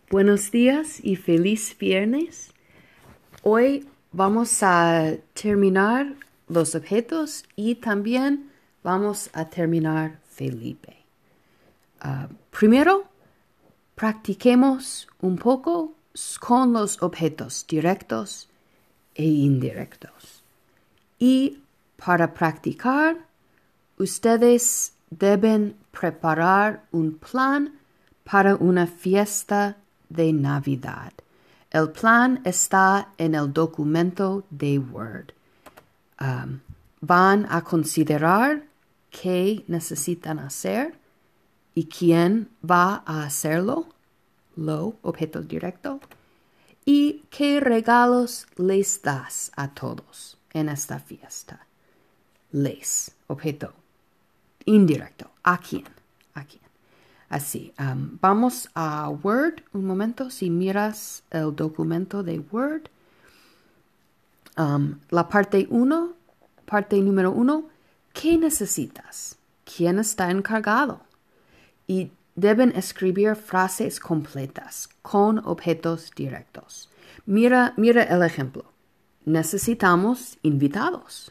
Buenos días y feliz viernes. Hoy vamos a terminar los objetos y también vamos a terminar Felipe. Primero, practiquemos un poco con los objetos directos e indirectos. Y para practicar, ustedes deben preparar un plan para una fiesta de Navidad. El plan está en el documento de Word. Van a considerar qué necesitan hacer y quién va a hacerlo, lo objeto directo, y qué regalos les das a todos en esta fiesta. Les, objeto indirecto, ¿a quién? ¿A quién? Así, vamos a Word un momento. Si miras el documento de Word, la parte número 1, ¿qué necesitas? ¿Quién está encargado? Y deben escribir frases completas con objetos directos. Mira el ejemplo. Necesitamos invitados.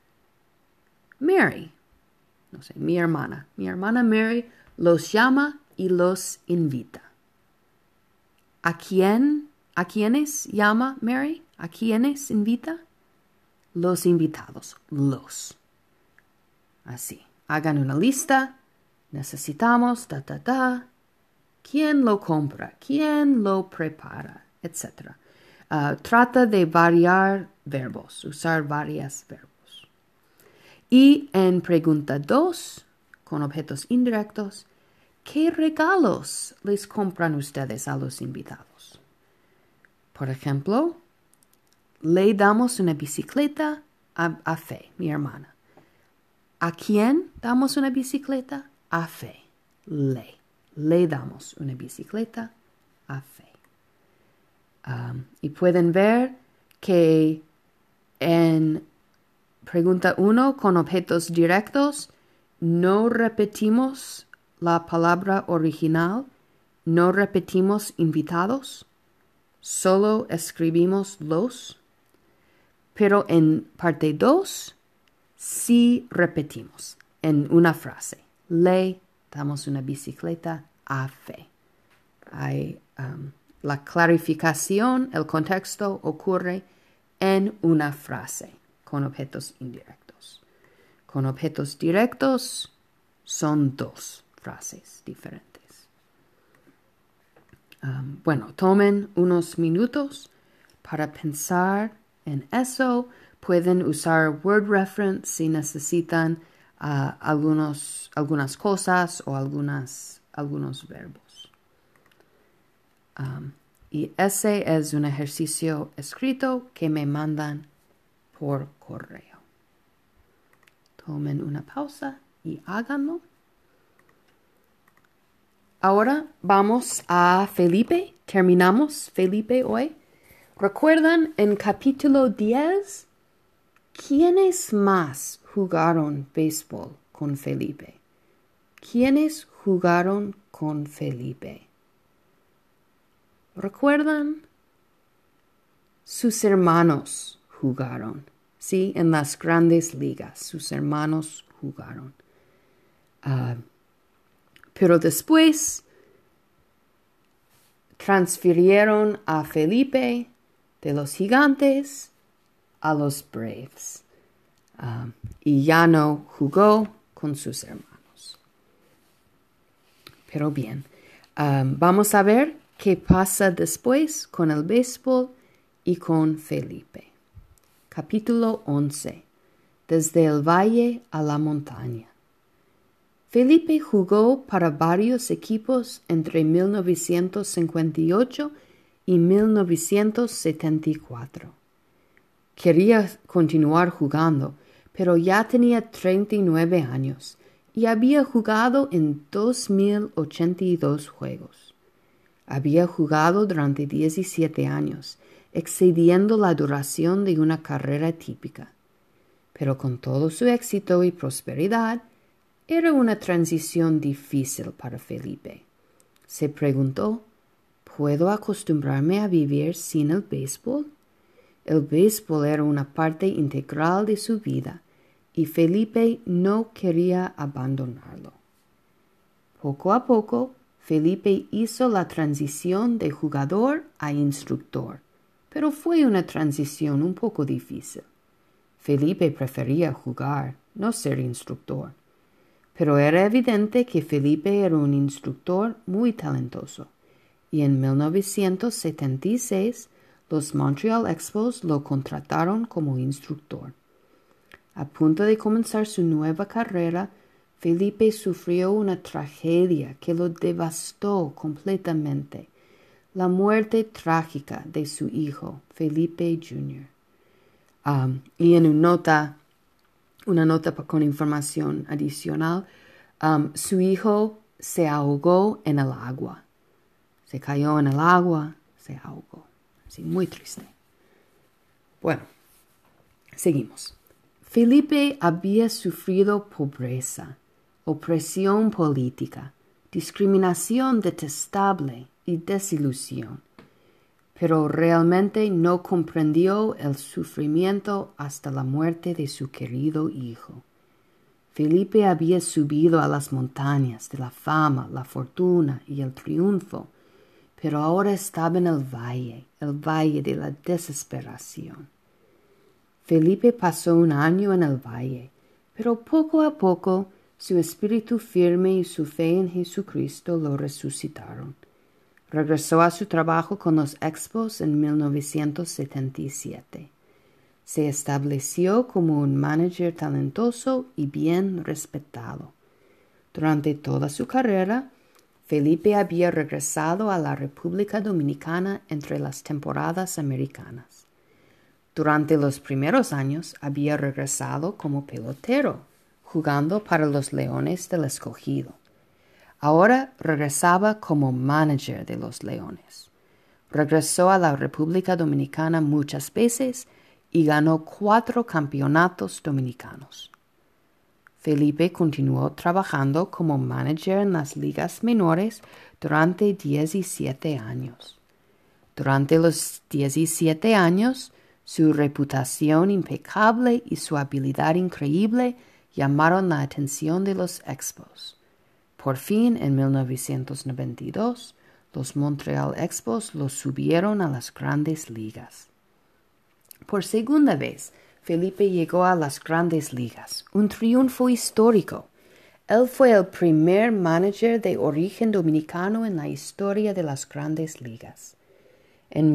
Mary, no sé, mi hermana Mary los llama y los invita. ¿A quiénes llama Mary? ¿A quiénes invita? Los invitados, los. Así, hagan una lista. Necesitamos, ¿Quién lo compra? ¿Quién lo prepara? Etcétera. Trata de variar verbos, usar varios verbos. Y en pregunta 2, con objetos indirectos, ¿qué regalos les compran ustedes a los invitados? Por ejemplo, le damos una bicicleta a Fe, mi hermana. ¿A quién damos una bicicleta? A Fe. Le damos una bicicleta a Fe. Y pueden ver que en pregunta 1, con objetos directos, no repetimos la palabra original, no repetimos invitados, solo escribimos los. Pero en parte 2, sí repetimos en una frase. Le damos una bicicleta a Fe. La clarificación, el contexto ocurre en una frase con objetos indirectos. Con objetos directos son 2 frases diferentes. Tomen unos minutos para pensar en eso. Pueden usar Word Reference si necesitan algunas cosas o algunos verbos. Y ese es un ejercicio escrito que me mandan por correo. Tomen una pausa y háganlo. Ahora vamos a Felipe. Terminamos Felipe hoy. ¿Recuerdan en capítulo 10? ¿Quiénes más jugaron béisbol con Felipe? ¿Quiénes jugaron con Felipe? ¿Recuerdan? Sus hermanos jugaron. Sí, en las grandes ligas, sus hermanos jugaron. Pero después transfirieron a Felipe de los Gigantes a los Braves. Y ya no jugó con sus hermanos. Pero bien, vamos a ver qué pasa después con el béisbol y con Felipe. Capítulo 11. Desde el valle a la montaña. Felipe jugó para varios equipos entre 1958 y 1974. Quería continuar jugando, pero ya tenía 39 años y había jugado en 2082 juegos. Había jugado durante 17 años, excediendo la duración de una carrera típica. Pero con todo su éxito y prosperidad, era una transición difícil para Felipe. Se preguntó, ¿Puedo acostumbrarme a vivir sin el béisbol? El béisbol era una parte integral de su vida y Felipe no quería abandonarlo. Poco a poco, Felipe hizo la transición de jugador a instructor, pero fue una transición un poco difícil. Felipe prefería jugar, no ser instructor. Pero era evidente que Felipe era un instructor muy talentoso, y en 1976 los Montreal Expos lo contrataron como instructor. A punto de comenzar su nueva carrera, Felipe sufrió una tragedia que lo devastó completamente, la muerte trágica de su hijo, Felipe Jr. Y en una nota con información adicional, su hijo se ahogó en el agua. Se cayó en el agua, se ahogó. Sí, muy triste. Bueno, seguimos. Felipe había sufrido pobreza, opresión política, discriminación detestable y desilusión, pero realmente no comprendió el sufrimiento hasta la muerte de su querido hijo. Felipe había subido a las montañas de la fama, la fortuna y el triunfo, pero ahora estaba en el valle de la desesperación. Felipe pasó un año en el valle, pero poco a poco su espíritu firme y su fe en Jesucristo lo resucitaron. Regresó a su trabajo con los Expos en 1977. Se estableció como un manager talentoso y bien respetado. Durante toda su carrera, Felipe había regresado a la República Dominicana entre las temporadas americanas. Durante los primeros años había regresado como pelotero, jugando para los Leones del Escogido. Ahora regresaba como manager de los Leones. Regresó a la República Dominicana muchas veces y ganó 4 campeonatos dominicanos. Felipe continuó trabajando como manager en las ligas menores durante 17 años. Durante los 17 años, su reputación impecable y su habilidad increíble llamaron la atención de los Expos. Por fin, en 1992, los Montreal Expos lo subieron a las grandes ligas. Por segunda vez, Felipe llegó a las grandes ligas, un triunfo histórico. Él fue el primer manager de origen dominicano en la historia de las grandes ligas. En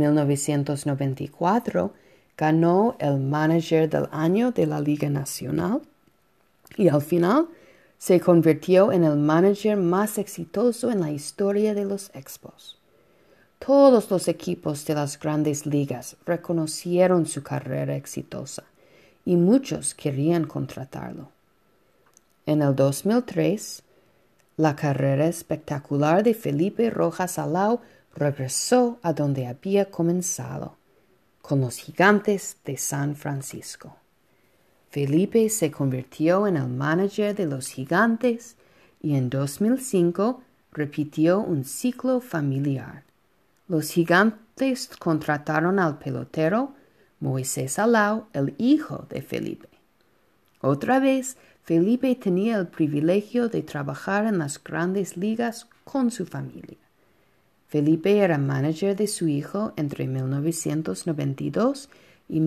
1994, ganó el Manager del Año de la Liga Nacional y al final se convirtió en el manager más exitoso en la historia de los Expos. Todos los equipos de las grandes ligas reconocieron su carrera exitosa y muchos querían contratarlo. En el 2003, la carrera espectacular de Felipe Rojas Alao regresó a donde había comenzado, con los Gigantes de San Francisco. Felipe se convirtió en el manager de los Gigantes y en 2005 repitió un ciclo familiar. Los Gigantes contrataron al pelotero Moisés Alao, el hijo de Felipe. Otra vez, Felipe tenía el privilegio de trabajar en las grandes ligas con su familia. Felipe era manager de su hijo entre 1992 y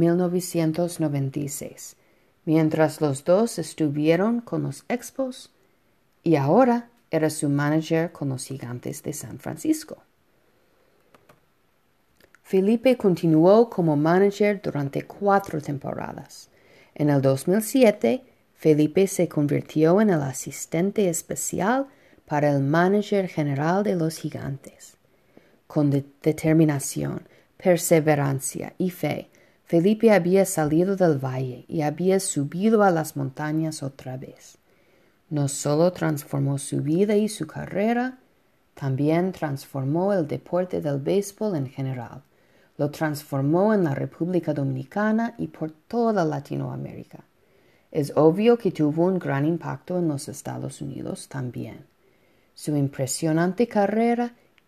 1996, mientras los dos estuvieron con los Expos, y ahora era su manager con los Gigantes de San Francisco. Felipe continuó como manager durante 4 temporadas. En el 2007, Felipe se convirtió en el asistente especial para el manager general de los Gigantes. Con determinación, perseverancia y fe, Felipe había salido del valle y había subido a las montañas otra vez. No solo transformó su vida y su carrera, también transformó el deporte del béisbol en general. Lo transformó en la República Dominicana y por toda Latinoamérica. Es obvio que tuvo un gran impacto en los Estados Unidos también. Su impresionante carrera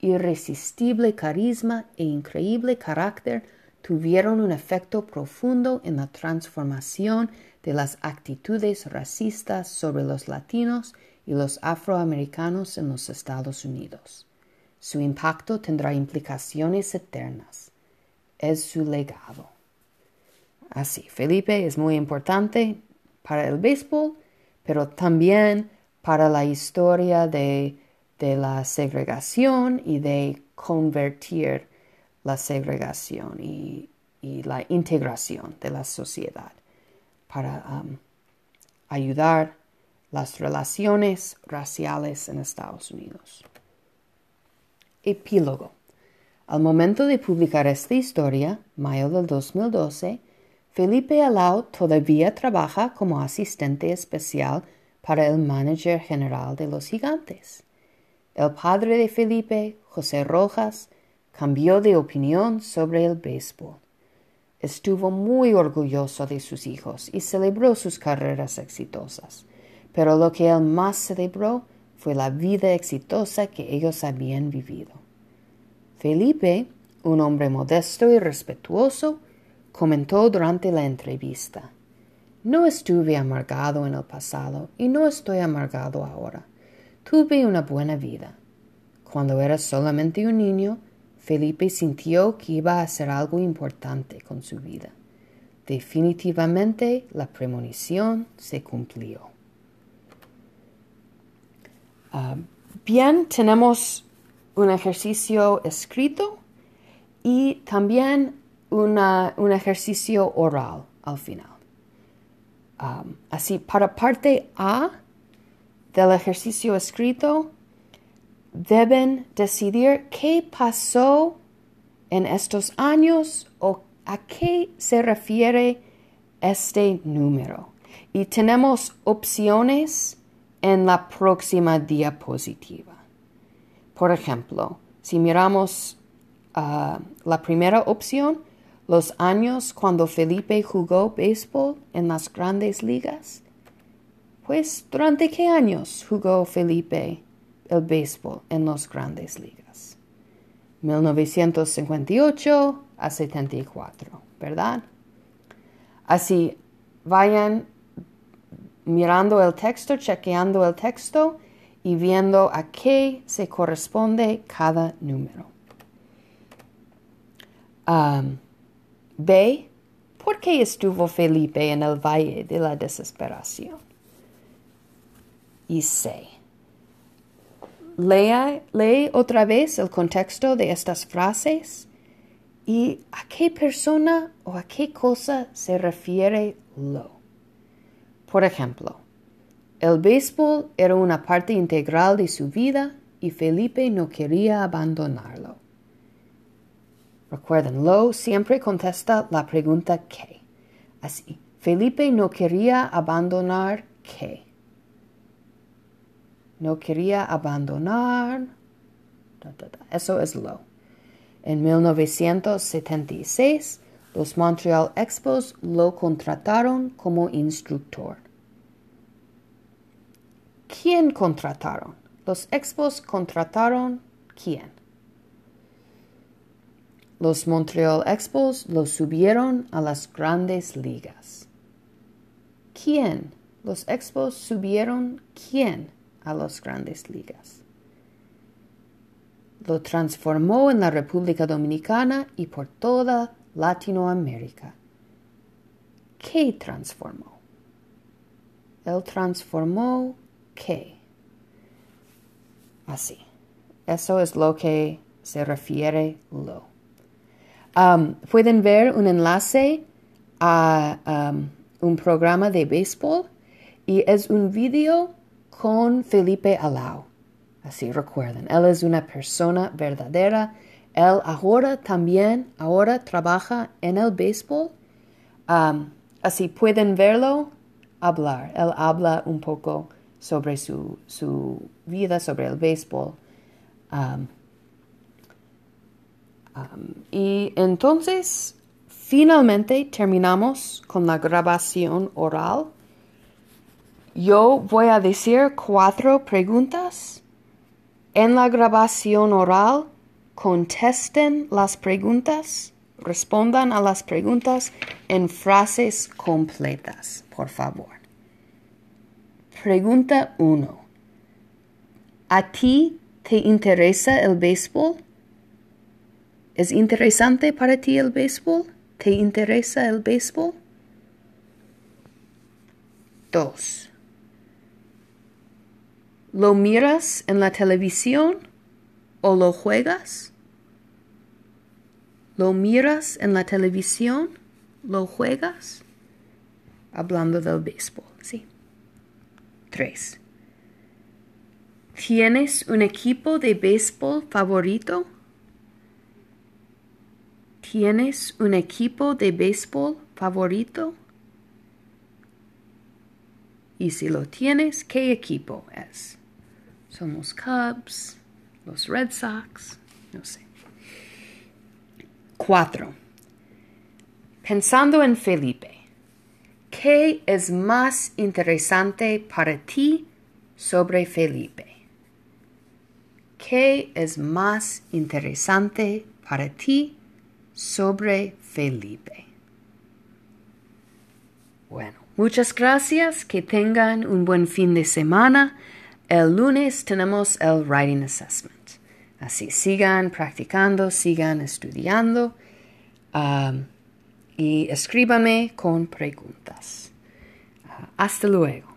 irresistible carisma e increíble carácter tuvieron un efecto profundo en la transformación de las actitudes racistas sobre los latinos y los afroamericanos en los Estados Unidos. Su impacto tendrá implicaciones eternas. Es su legado. Así, Felipe es muy importante para el béisbol, pero también para la historia de la segregación y de convertir la segregación y la integración de la sociedad para ayudar las relaciones raciales en Estados Unidos. Epílogo. Al momento de publicar esta historia, mayo del 2012, Felipe Alao todavía trabaja como asistente especial para el manager general de los Gigantes. El padre de Felipe, José Rojas, cambió de opinión sobre el béisbol. Estuvo muy orgulloso de sus hijos y celebró sus carreras exitosas, pero lo que él más celebró fue la vida exitosa que ellos habían vivido. Felipe, un hombre modesto y respetuoso, comentó durante la entrevista: «No estuve amargado en el pasado y no estoy amargado ahora. Tuve una buena vida». Cuando era solamente un niño, Felipe sintió que iba a hacer algo importante con su vida. Definitivamente la premonición se cumplió. Bien, tenemos un ejercicio escrito y también un ejercicio oral al final. Así, para parte A del ejercicio escrito, deben decidir qué pasó en estos años o a qué se refiere este número. Y tenemos opciones en la próxima diapositiva. Por ejemplo, si miramos la primera opción, los años cuando Felipe jugó béisbol en las grandes ligas, pues ¿durante qué años jugó Felipe el béisbol en las grandes ligas? 1958 a 74, ¿verdad? Así, vayan mirando el texto, chequeando el texto y viendo a qué se corresponde cada número. B. ¿Por qué estuvo Felipe en el Valle de la Desesperación? Y C. Lee otra vez el contexto de estas frases y a qué persona o a qué cosa se refiere lo. Por ejemplo, el béisbol era una parte integral de su vida y Felipe no quería abandonarlo. Recuerden, lo siempre contesta la pregunta ¿qué? Así, Felipe no quería abandonar ¿qué? No quería abandonar. Eso es lo. En 1976, los Montreal Expos lo contrataron como instructor. ¿Quién contrataron? Los Expos contrataron ¿quién? Los Montreal Expos lo subieron a las grandes ligas. ¿Quién? Los Expos subieron ¿quién a las grandes ligas? Lo transformó en la República Dominicana y por toda Latinoamérica. ¿Qué transformó? Él transformó ¿qué? Así. Eso es lo que se refiere lo. Pueden ver un enlace a un programa de béisbol y es un video con Felipe Alao. Así recuerden, él es una persona verdadera. Él ahora trabaja en el béisbol. Así pueden verlo hablar. Él habla un poco sobre su vida, sobre el béisbol. Y entonces, finalmente terminamos con la grabación oral. Yo voy a decir 4 preguntas. En la grabación oral, Contesten las preguntas. Respondan a las preguntas en frases completas, por favor. Pregunta 1. ¿A ti te interesa el béisbol? ¿Es interesante para ti el béisbol? ¿Te interesa el béisbol? 2. ¿Lo miras en la televisión o lo juegas? ¿Lo miras en la televisión? ¿Lo juegas? Hablando del béisbol, sí. 3. ¿Tienes un equipo de béisbol favorito? ¿Tienes un equipo de béisbol favorito? Y si lo tienes, ¿qué equipo es? ¿Son los Cubs? ¿Los Red Sox? No sé. 4. Pensando en Felipe, ¿qué es más interesante para ti sobre Felipe? ¿Qué es más interesante para ti sobre Felipe? Bueno, muchas gracias. Que tengan un buen fin de semana. El lunes tenemos el Writing Assessment. Así, sigan practicando, sigan estudiando y escríbame con preguntas. Hasta luego.